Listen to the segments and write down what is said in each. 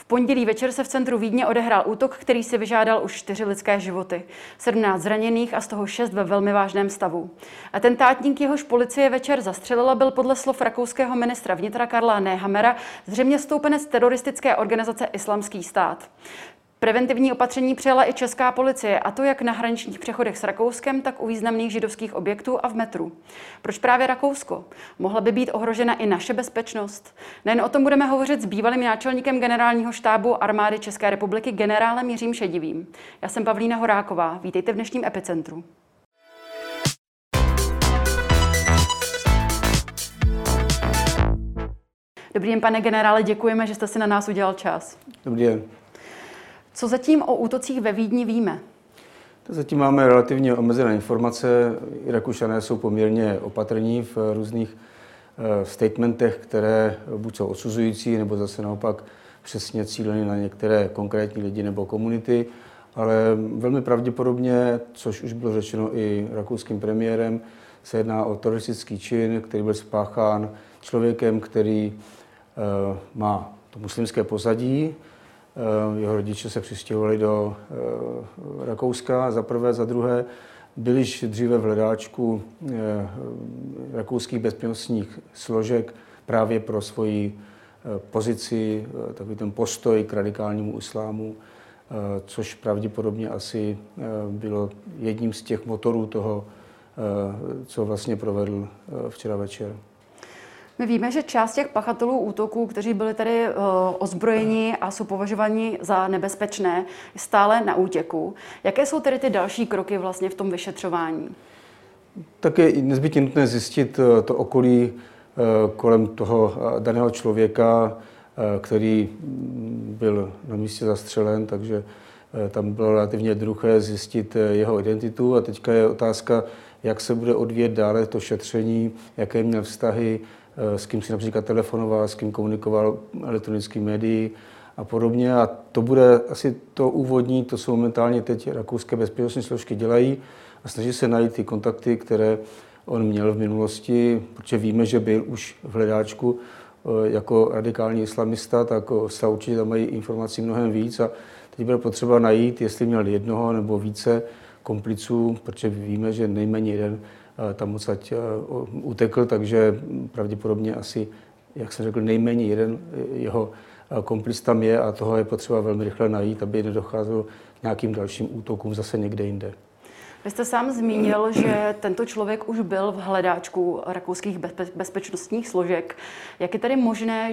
pondělí večer se v centru Vídně odehrál útok, který si vyžádal už 4 lidské životy. 17 zraněných a z toho 6 ve velmi vážném stavu. Atentátník, jehož policie večer zastřelila, byl podle slov rakouského ministra vnitra Karla Nehammera zřejmě stoupenec teroristické organizace Islámský stát. Preventivní opatření přijala i česká policie, a to jak na hraničních přechodech s Rakouskem, tak u významných židovských objektů a v metru. Proč právě Rakousko? Mohla by být ohrožena i naše bezpečnost? Nejen o tom budeme hovořit s bývalým náčelníkem generálního štábu armády České republiky generálem Jiřím Šedivým. Já jsem Pavlína Horáková. Vítejte v dnešním Epicentru. Dobrý den, pane generále, děkujeme, že jste si na nás udělal čas. Dobrý den. Co zatím o útocích ve Vídni víme? Zatím máme relativně omezené informace. Rakušané jsou poměrně opatrní v různých statementech, které buď jsou odsuzující, nebo zase naopak přesně cíleny na některé konkrétní lidi nebo komunity. Ale velmi pravděpodobně, což už bylo řečeno i rakouským premiérem, se jedná o teroristický čin, který byl spáchán člověkem, který má to muslimské pozadí. Jeho rodiče se přistěhovali do Rakouska za prvé, za druhé. Byl již dříve v hledáčku rakouských bezpečnostních složek právě pro svoji pozici, takový ten postoj k radikálnímu islámu, což pravděpodobně asi bylo jedním z těch motorů toho, co vlastně provedl včera večer. My víme, že část těch pachatelů útoků, kteří byli tady ozbrojeni a jsou považováni za nebezpečné, je stále na útěku. Jaké jsou tedy ty další kroky vlastně v tom vyšetřování? Tak je nezbytně nutné zjistit to okolí kolem toho daného člověka, který byl na místě zastřelen, takže tam bylo relativně jednoduché zjistit jeho identitu. A teďka je otázka, jak se bude odvíjet dále to šetření, jaké měl vztahy, s kým si například telefonoval, s kým komunikoval elektronickými médii a podobně. A to bude asi to úvodní, to jsou momentálně teď rakouské bezpečnostní složky dělají a snaží se najít ty kontakty, které on měl v minulosti, protože víme, že byl už v hledáčku jako radikální islamista, tak se určitě tam mají informací mnohem víc a teď bude potřeba najít, jestli měl jednoho nebo více kompliců, protože víme, že nejméně jeden tam odsaď utekl, takže pravděpodobně asi, jak jsem řekl, nejméně jeden jeho komplic tam je a toho je potřeba velmi rychle najít, aby nedocházelo k nějakým dalším útokům zase někde jinde. Vy jste sám zmínil, že tento člověk už byl v hledáčku rakouských bezpečnostních složek. Jak je tedy možné,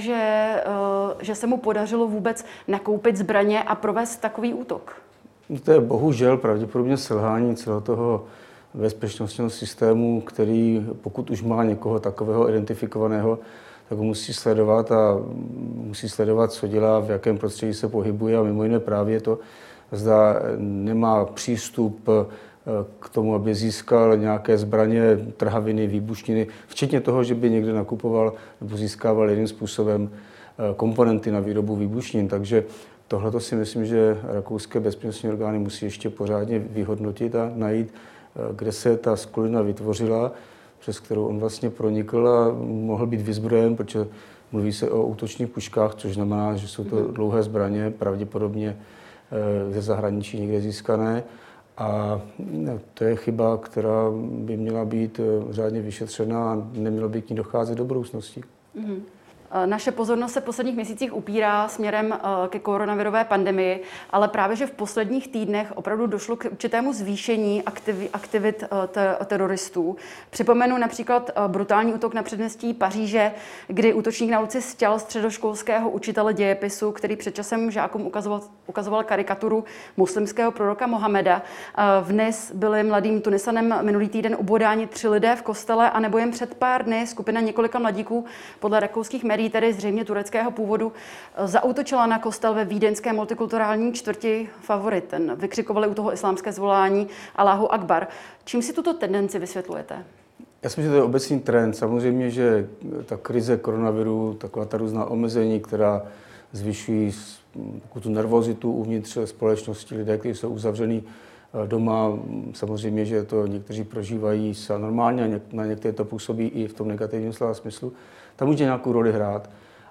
že se mu podařilo vůbec nakoupit zbraně a provést takový útok? To je bohužel pravděpodobně selhání celého toho bezpečnostního systému, který pokud už má někoho takového identifikovaného, tak ho musí sledovat a musí sledovat, co dělá, v jakém prostředí se pohybuje a mimo jiné právě to, zda nemá přístup k tomu, aby získal nějaké zbraně, trhaviny, výbušniny, včetně toho, že by někde nakupoval nebo získával jiným způsobem komponenty na výrobu výbušnin. Takže tohle si myslím, že rakouské bezpečnostní orgány musí ještě pořádně vyhodnotit a najít, kde se ta skulina vytvořila, přes kterou on vlastně pronikl a mohl být vyzbrojen, protože mluví se o útočných puškách, což znamená, že jsou to dlouhé zbraně, pravděpodobně ze zahraničí někde získané. A to je chyba, která by měla být řádně vyšetřena a nemělo by k ní docházet do budoucnosti. Mm-hmm. Naše pozornost se v posledních měsících upírá směrem ke koronavirové pandemii, ale právě, že v posledních týdnech opravdu došlo k určitému zvýšení aktivit teroristů. Připomenu například brutální útok na předměstí Paříže, kdy útočník na ulici stěl středoškolského učitele dějepisu, který před časem žákům ukazoval karikaturu muslimského proroka Mohameda. V Nice byli mladým Tunisanem minulý týden ubodáni 3 lidé v kostele a nebo jen před pár dny skupina několika mladíků podle rakouských médií, tedy zřejmě tureckého původu, zaútočila na kostel ve vídeňské multikulturální čtvrti Favorit. Ten vykřikovali u toho islámské zvolání Alláhu Akbar. Čím si tuto tendenci vysvětlujete? Já si myslím, že to je obecný trend. Samozřejmě, že ta krize koronaviru, taková ta různá omezení, která zvyšují tu nervozitu uvnitř společnosti, lidé, kteří jsou uzavření doma, samozřejmě, že to někteří prožívají normálně a na některé to působí i v tom negativním slova smyslu. Tam může nějakou roli hrát.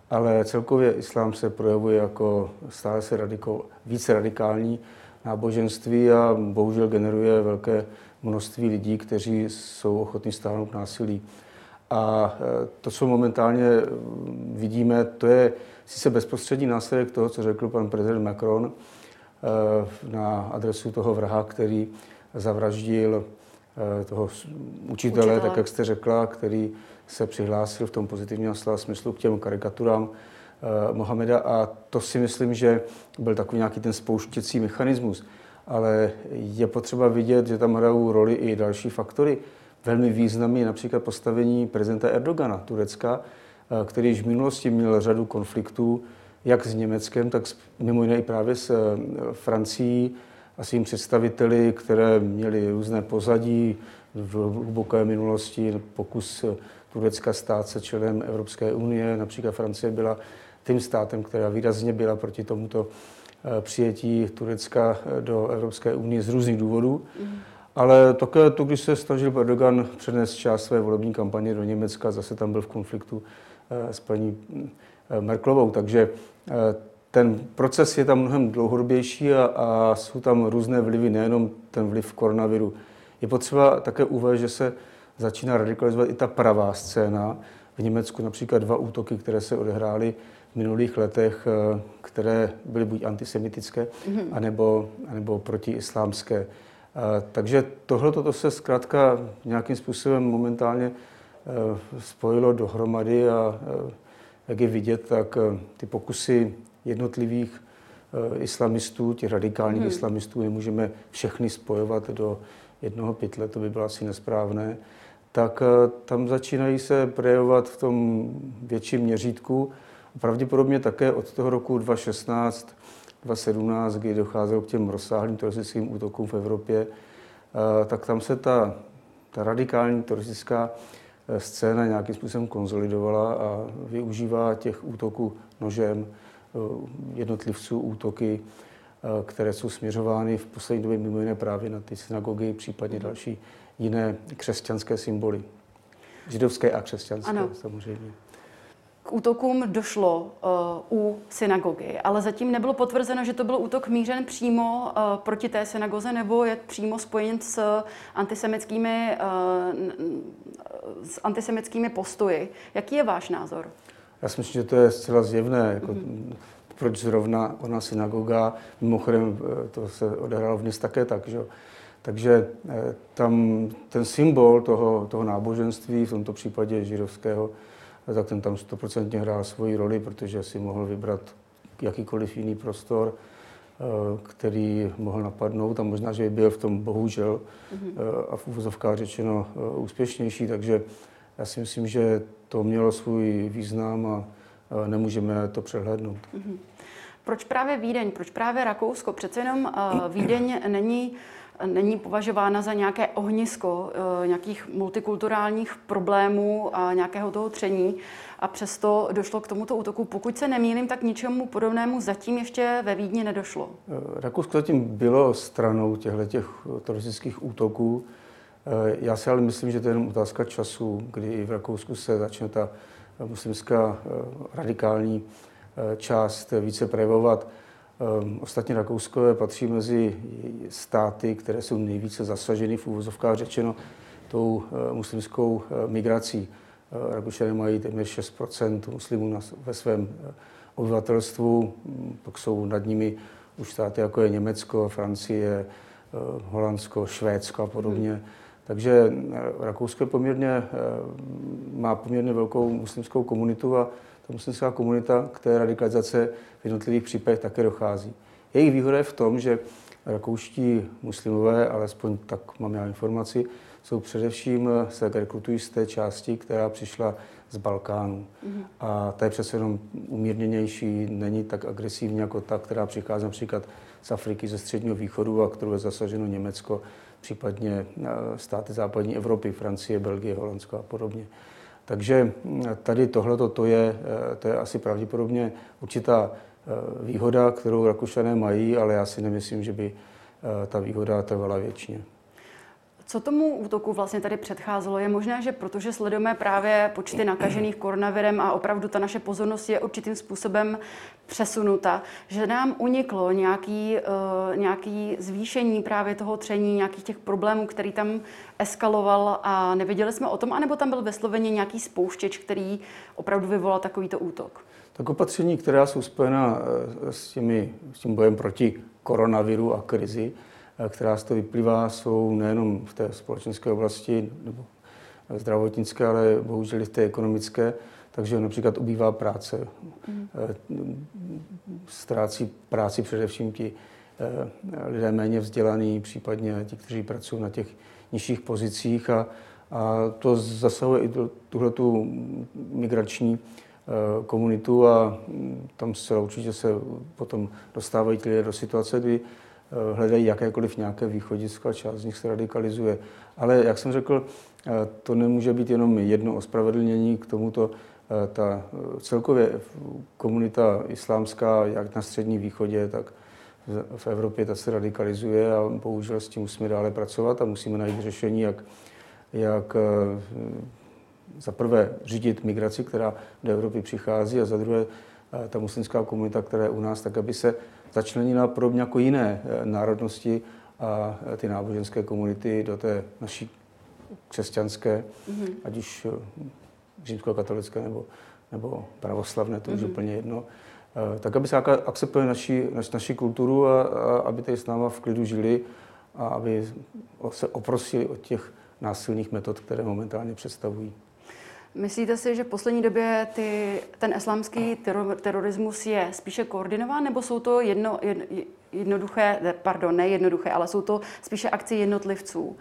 ale celkově islám se projevuje jako stále se více radikální náboženství a bohužel generuje velké množství lidí, kteří jsou ochotní stáhnout násilí. A to, co momentálně vidíme, to je sice bezprostřední následek toho, co řekl pan prezident Macron na adresu toho vraha, který zavraždil toho učitele, tak jak jste řekla, který se přihlásil v tom pozitivním slova smyslu k těm karikaturám Mohameda. A to si myslím, že byl takový nějaký ten spouštěcí mechanismus. Ale je potřeba vidět, že tam hrajou roli i další faktory. Velmi významný je například postavení prezidenta Erdogana, Turecka, který již v minulosti měl řadu konfliktů, jak s Německem, tak mimo jiné i právě s Francií a svým představiteli, které měly různé pozadí v hluboké minulosti, pokus Turecka stát se členem Evropské unie. Například Francie byla tím státem, která výrazně byla proti tomuto přijetí Turecka do Evropské unie z různých důvodů. Ale také to, když se snažil Erdogan přenést část své volební kampaně do Německa, zase tam byl v konfliktu s paní Merkelovou. Takže ten proces je tam mnohem dlouhodobější a jsou tam různé vlivy, nejenom ten vliv koronaviru. Je potřeba také uvést, že se začíná radikalizovat i ta pravá scéna. V Německu například 2 útoky, které se odehrály v minulých letech, které byly buď antisemitické, anebo protiislámské. Takže tohle se zkrátka nějakým způsobem momentálně spojilo dohromady a jak je vidět, tak ty pokusy jednotlivých islamistů, těch radikálních islamistů, nemůžeme všechny spojovat do jednoho pytle, to by bylo asi nesprávné, tak tam začínají se projevovat v tom větším měřítku. Pravděpodobně také od toho roku 2016, 2017, kdy docházelo k těm rozsáhlým teroristickým útokům v Evropě, tak tam se ta radikální teroristická scéna nějakým způsobem konzolidovala a využívá těch útoků nožem, jednotlivců útoky, které jsou směřovány v poslední době mimo jiné právě na ty synagogy, případně další jiné křesťanské symboly. Židovské a křesťanské, ano. Samozřejmě. K útokům došlo u synagogy, ale zatím nebylo potvrzeno, že to byl útok mířen přímo proti té synagoze nebo je přímo spojen s antisemitskými postoji. Jaký je váš názor? Já si myslím, že to je zcela zjevné. Jako, proč zrovna ona synagoga, mimochodem to se odehrálo v dnes také tak, že? Takže tam ten symbol toho náboženství, v tomto případě židovského, tak ten tam 100% hrál svoji roli, protože si mohl vybrat jakýkoliv jiný prostor, který mohl napadnout a možná, že by byl v tom bohužel a v uvozovkách řečeno úspěšnější, takže já si myslím, že to mělo svůj význam a nemůžeme to přehlédnout. Proč právě Vídeň, proč právě Rakousko? Přece jenom Vídeň není považována za nějaké ohnisko nějakých multikulturálních problémů a nějakého toho tření a přesto došlo k tomuto útoku. Pokud se nemýlím, tak ničemu podobnému zatím ještě ve Vídni nedošlo. Rakousko zatím bylo stranou těchto teroristických útoků. Já si ale myslím, že to je jenom otázka času, kdy v Rakousku se začne ta muslimská radikální část více projevovat. Ostatně Rakousko patří mezi státy, které jsou nejvíce zasaženy v úvozovkách řečeno tou muslimskou migrací. Rakušané mají téměř 6% muslimů ve svém obyvatelstvu, pak jsou nad nimi už státy jako je Německo, Francie, Holandsko, Švédsko a podobně. Takže Rakousko má poměrně velkou muslimskou komunitu a ta muslimská komunita k té radikalizace v jednotlivých případech také dochází. Jejich výhoda je v tom, že rakouští muslimové, alespoň tak mám já informaci, jsou především se rekrutují z té části, která přišla z Balkánu. A ta je přece jenom umírněnější, není tak agresivní jako ta, která přichází například z Afriky, ze Středního východu a kterou je zasaženo Německo, případně státy západní Evropy, Francie, Belgie, Holandsko a podobně. Takže tady tohleto to je asi pravděpodobně určitá výhoda, kterou Rakušané mají, ale já si nemyslím, že by ta výhoda trvala věčně. Co tomu útoku vlastně tady předcházelo? Je možné, že protože sledujeme právě počty nakažených koronavirem a opravdu ta naše pozornost je určitým způsobem přesunuta, že nám uniklo nějaký zvýšení právě toho tření, nějakých těch problémů, který tam eskaloval a nevěděli jsme o tom, anebo tam byl vysloveně nějaký spouštěč, který opravdu vyvolal takovýto útok? Tak opatření, která jsou spojena s tím bojem proti koronaviru a krizi, která z toho vyplývá, jsou nejenom v té společenské oblasti nebo zdravotnické, ale bohužel i v té ekonomické. Takže například ubývá práce. Ztrácí práci především ti lidé méně vzdělaní, případně ti, kteří pracují na těch nižších pozicích. A to zasahuje i do tuhletu migrační komunitu a tam se určitě potom dostávají ti lidé do situace, kdy hledají jakékoliv nějaké východisko a část z nich se radikalizuje. Ale jak jsem řekl, to nemůže být jenom jedno ospravedlnění k tomuto. Ta celkově komunita islámská, jak na Středním východě, tak v Evropě, ta se radikalizuje a bohužel s tím musíme dále pracovat a musíme najít řešení, jak za prvé řídit migraci, která do Evropy přichází, a za druhé ta muslimská komunita, která je u nás, tak aby se začlenila podobně jako jiné národnosti a ty náboženské komunity do té naší křesťanské, ať už římskokatolické nebo pravoslavné, to už je úplně jedno, tak aby se akceptovali naši kulturu a aby tady s náma v klidu žili a aby se oprostili od těch násilných metod, které momentálně představují. Myslíte si, že v poslední době ten islámský terorismus je spíše koordinován, nebo jsou to nejednoduché, ale jsou to spíše akce jednotlivců?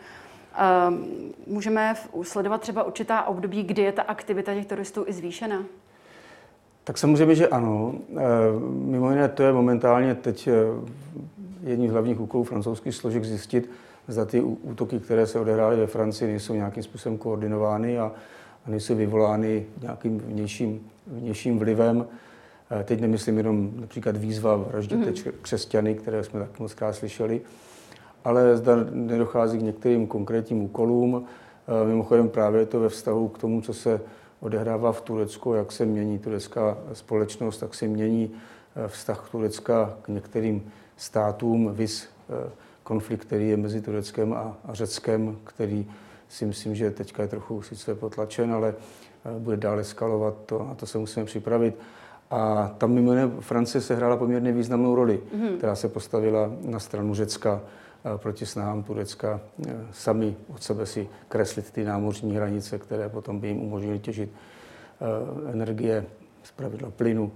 Můžeme sledovat třeba určitá období, kdy je ta aktivita těch teroristů i zvýšena? Tak samozřejmě, že ano. Mimo jiné, to je momentálně teď jedním z hlavních úkolů francouzských složek zjistit, zda ty útoky, které se odehrály ve Francii, nejsou nějakým způsobem koordinovány a nejsou vyvolány nějakým vnějším vlivem. Teď nemyslím jenom například výzva vražděte křesťany, které jsme tak moc krát slyšeli, ale zda nedochází k některým konkrétním úkolům. Mimochodem právě je to ve vztahu k tomu, co se odehrává v Turecku, jak se mění turecká společnost, jak se mění vztah Turecka k některým státům, viz konflikt, který je mezi Tureckem a Řeckem, který si myslím, že teďka je trochu sice potlačen, ale bude dále eskalovat, na to se musíme připravit. A tam mimo jiné Francie se hrála poměrně významnou roli, která se postavila na stranu Řecka proti snahám Turecka sami od sebe si kreslit ty námořní hranice, které potom by jim umožnily těžit energie, zpravidla plynu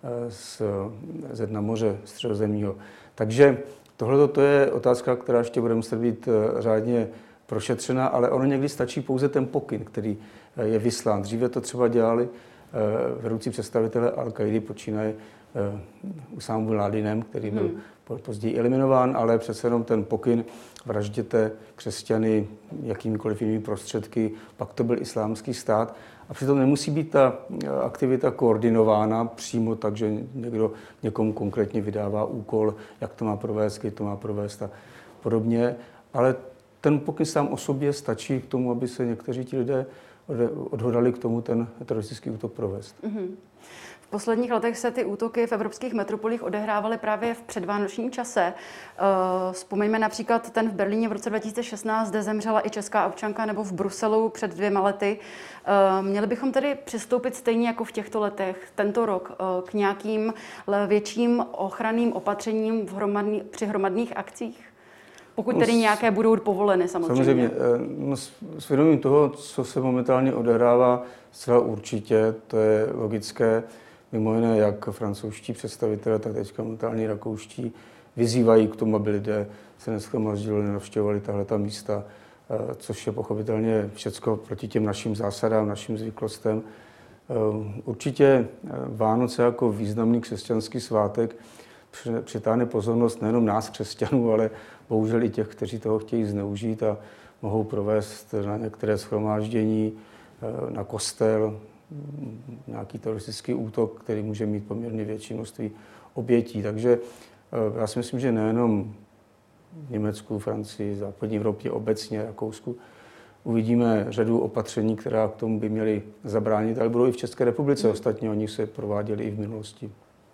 ze dna moře Středozemního. Takže tohle to je otázka, která ještě bude muset být řádně prošetřena, ale ono někdy stačí pouze ten pokyn, který je vyslán. Dříve to třeba dělali vedoucí představitelé Al-Kaidi, počínaje Usámou bin Ládinem, který byl později eliminován, ale přece jenom ten pokyn vražděte křesťany jakýmikoliv jinými prostředky, pak to byl islámský stát. A přitom nemusí být ta aktivita koordinována přímo tak, že někdo někomu konkrétně vydává úkol, jak to má provést, kdy to má provést a podobně. Ale ten pokyn sám o sobě stačí k tomu, aby se někteří ti lidé odhodlali k tomu ten teroristický útok provést. V posledních letech se ty útoky v evropských metropolích odehrávaly právě v předvánočním čase. Vzpomeňme například ten v Berlíně v roce 2016, kde zemřela i česká občanka, nebo v Bruselu před 2 lety. Měli bychom tedy přistoupit stejně jako v těchto letech, tento rok, k nějakým větším ochranným opatřením při hromadných akcích? Pokud tedy nějaké budou povoleny samozřejmě. Samozřejmě. S vědomím toho, co se momentálně odehrává, zcela určitě, to je logické. Mimo jiné, jak francouzští představitelé, tak teďka momentálně rakouští vyzývají k tomu, aby lidé se neshromaždili, nenavštěvovali tahleta místa, což je pochopitelně všecko proti těm našim zásadám, našim zvyklostem. Určitě Vánoce jako významný křesťanský svátek přitáhne pozornost nejenom nás, křesťanů, ale bohužel i těch, kteří toho chtějí zneužít a mohou provést na některé shromáždění, na kostel, nějaký teroristický útok, který může mít poměrně větší množství obětí. Takže já si myslím, že nejenom v Německu, Francii, západní Evropě obecně, Rakousku, uvidíme řadu opatření, která k tomu by měly zabránit, ale budou i v České republice. Ostatně oni se prováděli i v minulosti.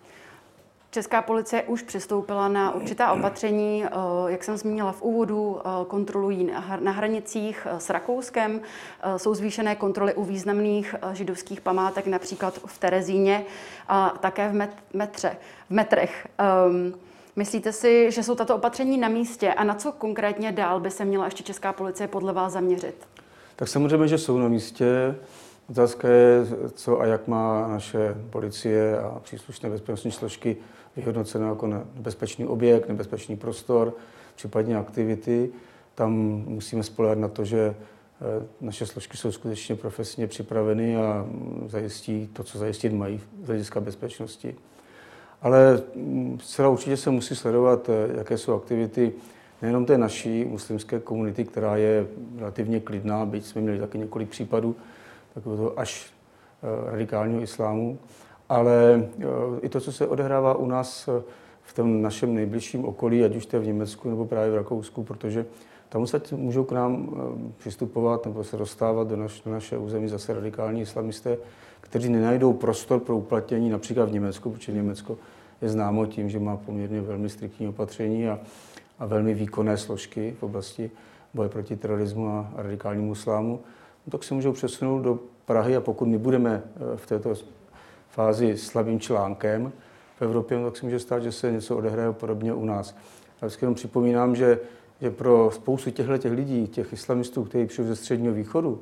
Česká policie už přistoupila na určitá opatření, jak jsem zmínila v úvodu, kontrolují na hranicích s Rakouskem, jsou zvýšené kontroly u významných židovských památek, například v Terezíně a také v metrech. Myslíte si, že jsou tato opatření na místě a na co konkrétně dál by se měla ještě Česká policie podle vás zaměřit? Tak samozřejmě, že jsou na místě. Otázka je, co a jak má naše policie a příslušné bezpečnostní složky vyhodnoceno jako nebezpečný objekt, nebezpečný prostor, případně aktivity. Tam musíme spoléhat na to, že naše složky jsou skutečně profesně připraveny a zajistí to, co zajistit mají z hlediska bezpečnosti. Ale zcela určitě se musí sledovat, jaké jsou aktivity nejenom té naší muslimské komunity, která je relativně klidná, byť jsme měli taky několik případů takového až radikálního islámu, ale i to, co se odehrává u nás v tom našem nejbližším okolí, ať už to je v Německu nebo právě v Rakousku, protože tam se můžou k nám přistupovat nebo se dostávat do naše území zase radikální islamisté, kteří nenajdou prostor pro uplatnění například v Německu, protože Německo je známo tím, že má poměrně velmi striktní opatření a velmi výkonné složky v oblasti boje proti terorismu a radikálnímu islámu, no, tak se můžou přesunout do Prahy a pokud my budeme v této fázi slabým článkem v Evropě, no, tak se může stát, že se něco odehraje podobně u nás. Já vždycky jenom připomínám, že pro spoustu těchto lidí, těch islamistů, kteří přijdou ze Středního východu,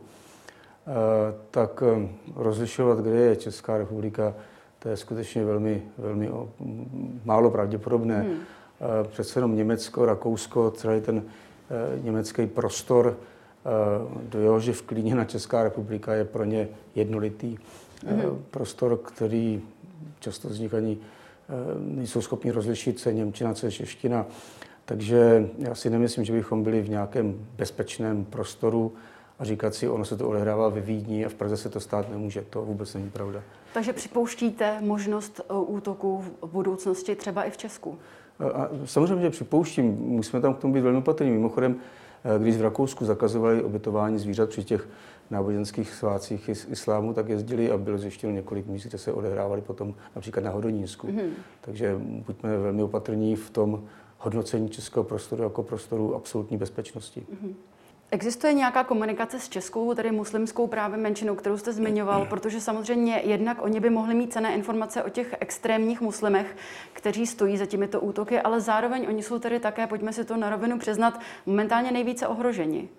tak rozlišovat, kde je Česká republika, to je skutečně velmi, velmi málo pravděpodobné. Přece jenom Německo, Rakousko, celý ten německý prostor, do jehož je vklíněna Česká republika, je pro ně jednolitý prostor, který často z nich ani nejsou schopni rozlišit, co je němčina, co je čeština. Takže já si nemyslím, že bychom byli v nějakém bezpečném prostoru a říkat si, ono se to odehrává ve Vídni a v Praze se to stát nemůže. To vůbec není pravda. Takže připouštíte možnost útoku v budoucnosti třeba i v Česku? A samozřejmě, že připouštím, musíme tam k tomu být velmi opatrní. Mimochodem, když v Rakousku zakazovali obětování zvířat při těch náboženských svátcích islámu, tak jezdili a bylo zjištěno několik míst, kde se odehrávaly potom například na Hodonínsku. Takže buďme velmi opatrní v tom hodnocení českého prostoru jako prostoru absolutní bezpečnosti. Existuje nějaká komunikace s českou, tedy muslimskou právě menšinou, kterou jste zmiňoval, protože samozřejmě jednak oni by mohli mít cenné informace o těch extrémních muslimech, kteří stojí za těmito útoky, ale zároveň oni jsou tedy také, pojďme si to na rovinu přiznat, momentálně nejvíce ohroženi.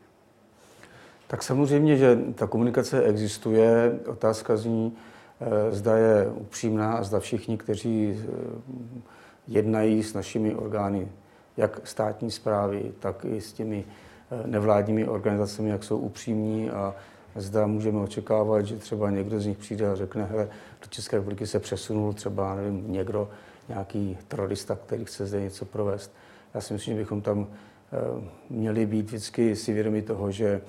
Tak samozřejmě, že ta komunikace existuje. Otázka zní, zda je upřímná a zda všichni, kteří jednají s našimi orgány, jak státní správy, tak i s těmi nevládními organizacemi, jak jsou upřímní a zda můžeme očekávat, že třeba někdo z nich přijde a řekne, hele, do České republiky se přesunul třeba, nevím, nějaký terorista, který chce zde něco provést. Já si myslím, že bychom tam měli být vždycky si vědomi toho, že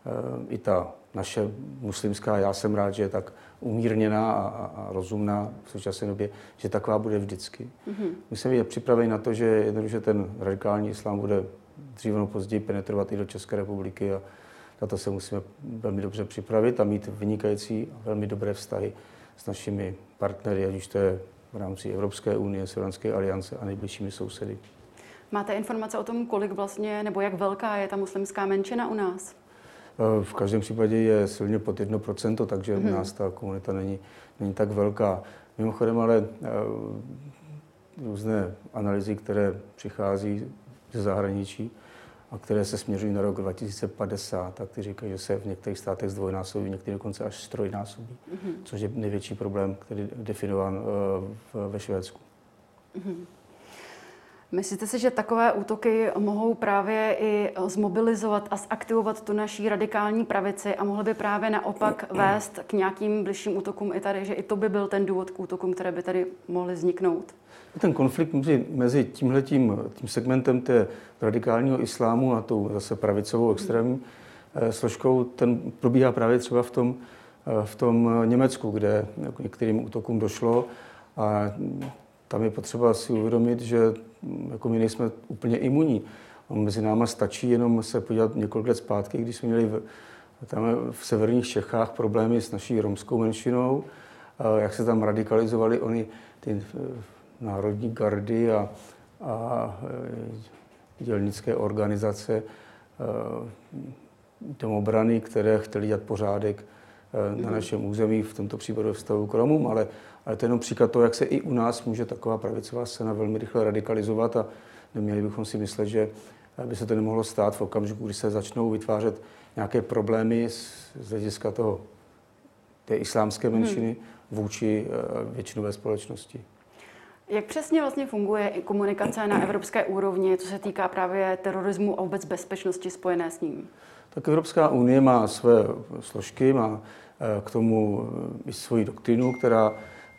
i ta naše muslimská, já jsem rád, že je tak umírněná a rozumná v současné době, že taková bude vždycky. Musíme být připraveni na to, že jednoduše ten radikální islám bude dříve nebo později penetrovat i do České republiky a na to se musíme velmi dobře připravit a mít vynikající a velmi dobré vztahy s našimi partnery, ať už to je v rámci Evropské unie, Severské aliance a nejbližšími sousedy. Máte informace o tom, kolik vlastně nebo jak velká je ta muslimská menšina u nás? V každém případě je silně pod 1%, takže u nás ta komunita není tak velká. Mimochodem ale různé analýzy, které přichází ze zahraničí a které se směřují na rok 2050, tak ty říkají, že se v některých státech zdvojnásobí, některé dokonce až strojnásobí, což je největší problém, který je definován ve Švédsku. Myslíte si, že takové útoky mohou právě i zmobilizovat a zaktivovat tu naší radikální pravici a mohly by právě naopak vést k nějakým bližším útokům i tady, že i to by byl ten důvod k útokům, které by tady mohly vzniknout? Ten konflikt mezi tím segmentem té radikálního islámu a tou zase pravicovou extrémní složkou, ten probíhá právě třeba v tom Německu, kde k některým útokům došlo a tam je potřeba si uvědomit, že jako my nejsme úplně imunní. Mezi náma stačí jenom se podívat několik let zpátky, když jsme měli tam v severních Čechách problémy s naší romskou menšinou, jak se tam radikalizovali oni, ty národní gardy a dělnické organizace domobrany, které chtěli dělat pořádek na našem území, v tomto případě vztahu k Romům, ale to je jenom příklad toho, jak se i u nás může taková pravicová scéna velmi rychle radikalizovat a neměli bychom si myslet, že by se to nemohlo stát v okamžiku, kdy se začnou vytvářet nějaké problémy z hlediska té islámské menšiny vůči většinové společnosti. Jak přesně vlastně funguje i komunikace na evropské úrovni, co se týká právě terorismu a vůbec bezpečnosti spojené s ním? Tak Evropská unie má své složky, má k tomu i svoji doktrínu, která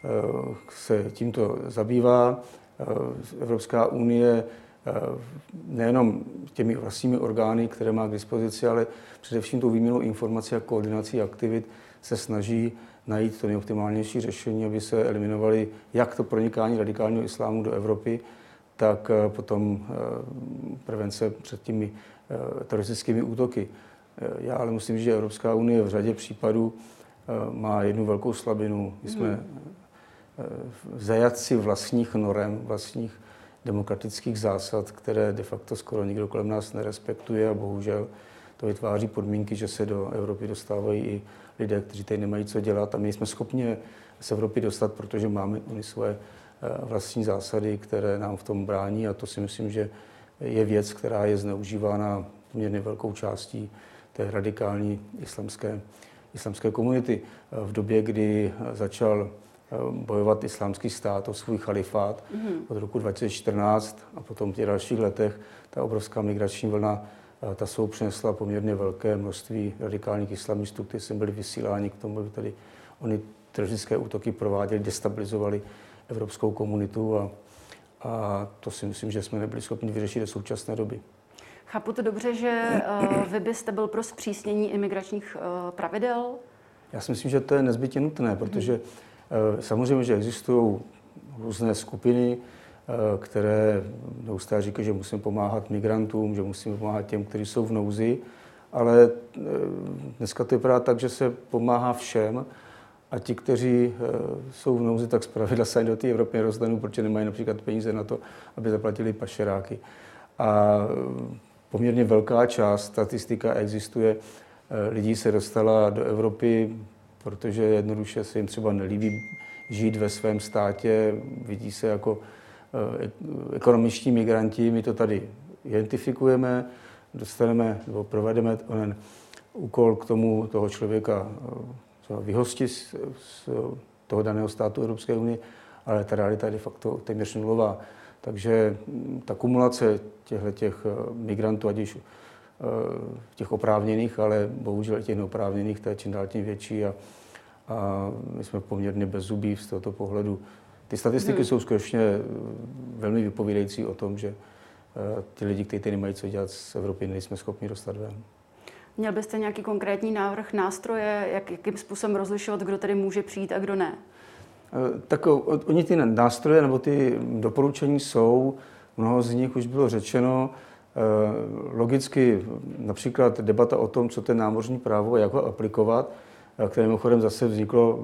se tímto zabývá. Evropská unie nejenom těmi vlastními orgány, které má k dispozici, ale především tou výměnou informací a koordinací aktivit se snaží najít to nejoptimálnější řešení, aby se eliminovaly jak to pronikání radikálního islámu do Evropy, tak potom prevence před těmi teroristickými útoky. Já ale musím říct, že Evropská unie v řadě případů má jednu velkou slabinu. My jsme zajatci vlastních norem, vlastních demokratických zásad, které de facto skoro nikdo kolem nás nerespektuje a bohužel to vytváří podmínky, že se do Evropy dostávají i lidé, kteří tady nemají co dělat a my jsme schopni z Evropy dostat, protože máme oni svoje vlastní zásady, které nám v tom brání a to si myslím, že je věc, která je zneužívána poměrně velkou částí té radikální islamské komunity. V době, kdy začal bojovat islámský stát o svůj chalifát od roku 2014 a potom v těch dalších letech, ta obrovská migrační vlna, ta sebou přinesla poměrně velké množství radikálních islamistů, kteří sem byli vysíláni k tomu, aby tady oni teroristické útoky prováděli, destabilizovali evropskou komunitu a to si myslím, že jsme nebyli schopni vyřešit do současné doby. Chápu to dobře, že vy byste byl pro zpřísnění imigračních pravidel? Já si myslím, že to je nezbytně nutné, protože samozřejmě, že existují různé skupiny, které neustále říkají, že musíme pomáhat migrantům, že musíme pomáhat těm, kteří jsou v nouzi, ale dneska to vypadá tak, že se pomáhá všem a ti, kteří jsou v nouzi, tak zpravidla se do té Evropy nerozdanou, protože nemají například peníze na to, aby zaplatili pašeráky. A poměrně velká část, statistika existuje, lidí se dostala do Evropy, protože jednoduše se jim třeba nelíbí žít ve svém státě, vidí se jako ekonomičtí migranti, my to tady identifikujeme, dostaneme nebo provedeme onen úkol k tomu toho člověka vyhostit z toho daného státu Evropské unie, ale ta realita je de facto téměř nulová. Takže ta kumulace těch migrantů, ať již těch oprávněných, ale bohužel těch neoprávněných, to je čím dál tím větší a my jsme poměrně bezzubí z tohoto pohledu. Ty statistiky jsou skutečně velmi vypovídající o tom, že ty lidi, kteří tady nemají co dělat z Evropy, nejsme schopni dostat ven. Měl byste nějaký konkrétní návrh, nástroje, jakým způsobem rozlišovat, kdo tady může přijít a kdo ne? Tak oni ty nástroje nebo ty doporučení jsou, mnoho z nich už bylo řečeno. Logicky například debata o tom, co to je námořní právo a jak ho aplikovat, které mimochodem zase vzniklo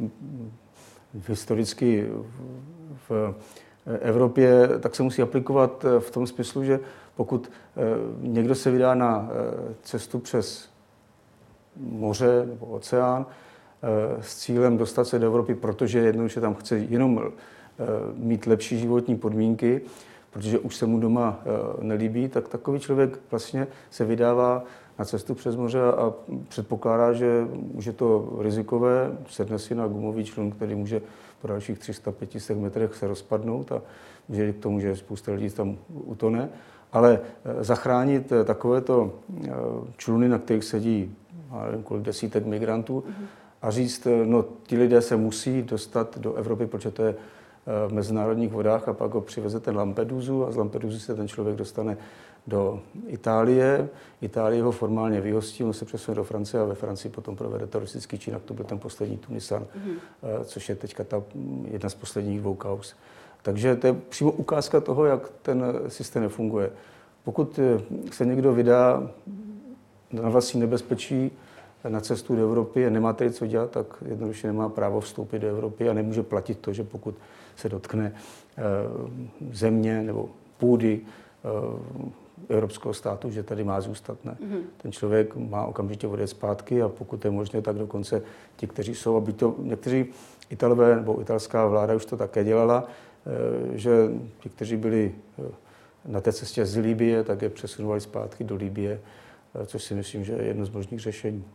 historicky v Evropě, tak se musí aplikovat v tom smyslu, že pokud někdo se vydá na cestu přes moře nebo oceán s cílem dostat se do Evropy, protože jednoduše tam chce jenom mít lepší životní podmínky, protože už se mu doma nelíbí, tak takový člověk vlastně se vydává na cestu přes moře a předpokládá, že už je to rizikové, sedne si na gumový člun, který může po dalších 300-500 metrech se rozpadnout a může k tomu, že spousta lidí tam utone. Ale zachránit takovéto čluny, na kterých sedí kolik desítek migrantů a říct, no ti lidé se musí dostat do Evropy, protože to je v mezinárodních vodách a pak ho přivezete Lampedusu a z Lampedusu se ten člověk dostane do Itálie. Itálie ho formálně vyhostí, on se přesune do Francie a ve Francii potom provede teroristický čin, to byl ten poslední Tunisan, což je teďka ta jedna z posledních dvou kauz. Takže to je přímo ukázka toho, jak ten systém nefunguje. pokud se někdo vydá na vlastní nebezpečí na cestu do Evropy a nemá tady co dělat, tak jednoduše nemá právo vstoupit do Evropy a nemůže platit to, že pokud se dotkne země nebo půdy evropského státu, že tady má zůstat. Ne. Ten člověk má okamžitě odjet zpátky a pokud je možné, tak dokonce ti, kteří jsou, aby to někteří Italové nebo italská vláda už to také dělala, že ti, kteří byli na té cestě z Libye, tak je přesunovali zpátky do Libye, což si myslím, že je jedno z možných řešení.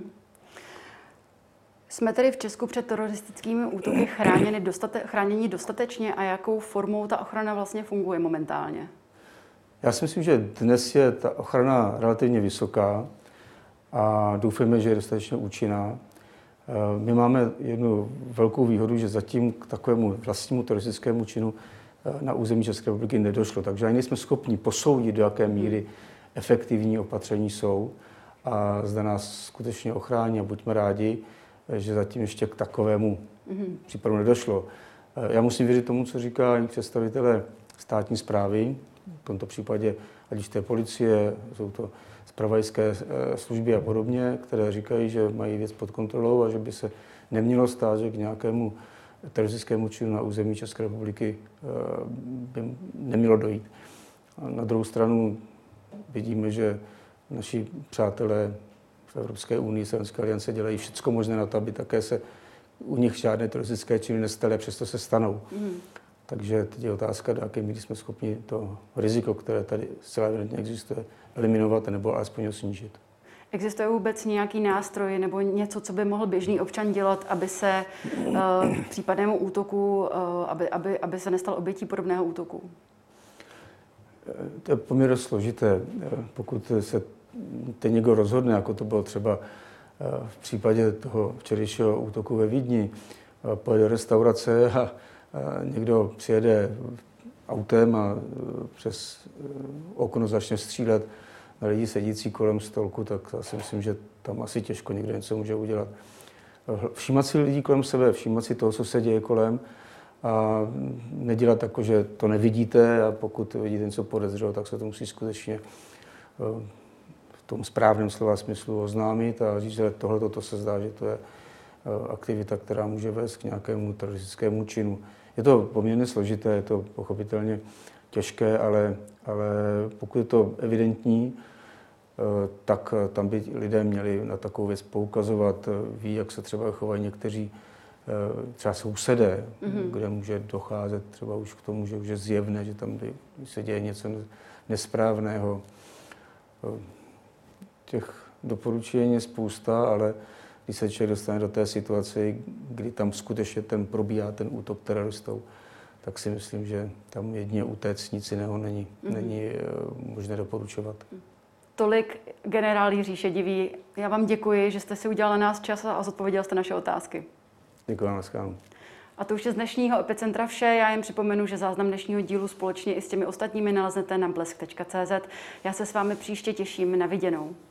Jsme tedy v Česku před teroristickými útoky chráněni dostatečně a jakou formou ta ochrana vlastně funguje momentálně? Já si myslím, že dnes je ta ochrana relativně vysoká a doufáme, že je dostatečně účinná. My máme jednu velkou výhodu, že zatím k takovému vlastnímu teroristickému činu na území České republiky nedošlo, takže ani nejsme schopni posoudit, do jaké míry efektivní opatření jsou a zda nás skutečně ochrání a buďme rádi, že zatím ještě k takovému případu nedošlo. Já musím věřit tomu, co říkají představitelé státní správy, v tomto případě, ať už té policie, jsou to zpravodajské služby a podobně, které říkají, že mají věc pod kontrolou a že by se nemělo stát, že k nějakému teroristickému činu na území České republiky by nemělo dojít. A na druhou stranu vidíme, že naši přátelé v Evropské unii, Severské aliance dělají všechno možné na to, aby také se u nich žádné teroristické činy nestaly, a přesto se stanou. Takže teď je otázka, do jaké míry jsme schopni to riziko, které tady zcela evidentně existuje, eliminovat nebo alespoň ho snížit. Existuje vůbec nějaký nástroj nebo něco, co by mohl běžný občan dělat, aby se případnému útoku, aby se nestal obětí podobného útoku? To je poměrně složité. Pokud se teď někdo rozhodne, jako to bylo třeba v případě toho včerejšího útoku ve Vídni, pojede do restaurace a někdo přijede autem a přes okno začne střílet na lidi sedící kolem stolku, tak já si myslím, že tam asi těžko někdo něco může udělat. Všímat si lidí kolem sebe, všímat si toho, co se děje kolem a nedělat jako, že to nevidíte a pokud vidíte něco podezřelého, tak se to musí skutečně v tom správném slova smyslu oznámit a říct, že tohle se zdá, že to je aktivita, která může vést k nějakému teroristickému činu. Je to poměrně složité, je to pochopitelně těžké, ale pokud je to evidentní, tak tam by lidé měli na takovou věc poukazovat. Ví, jak se třeba chovají někteří třeba sousedé, kde může docházet třeba už k tomu, že už je zjevné, že tam se děje něco nesprávného. Těch doporučení je spousta, ale když se člověk dostane do té situace, kdy tam skutečně probíhá ten útok teroristou, tak si myslím, že tam jedině utéct, nic jiného není možné doporučovat. Tolik generál Jiří Šedivý. Já vám děkuji, že jste si udělal na nás čas a zodpověděl jste naše otázky. Děkuji vám, naskánu. A to už je z dnešního Epicentra vše. Já jen připomenu, že záznam dnešního dílu společně i s těmi ostatními naleznete na blesk.cz. Já se s vámi příště těším. Na viděnou.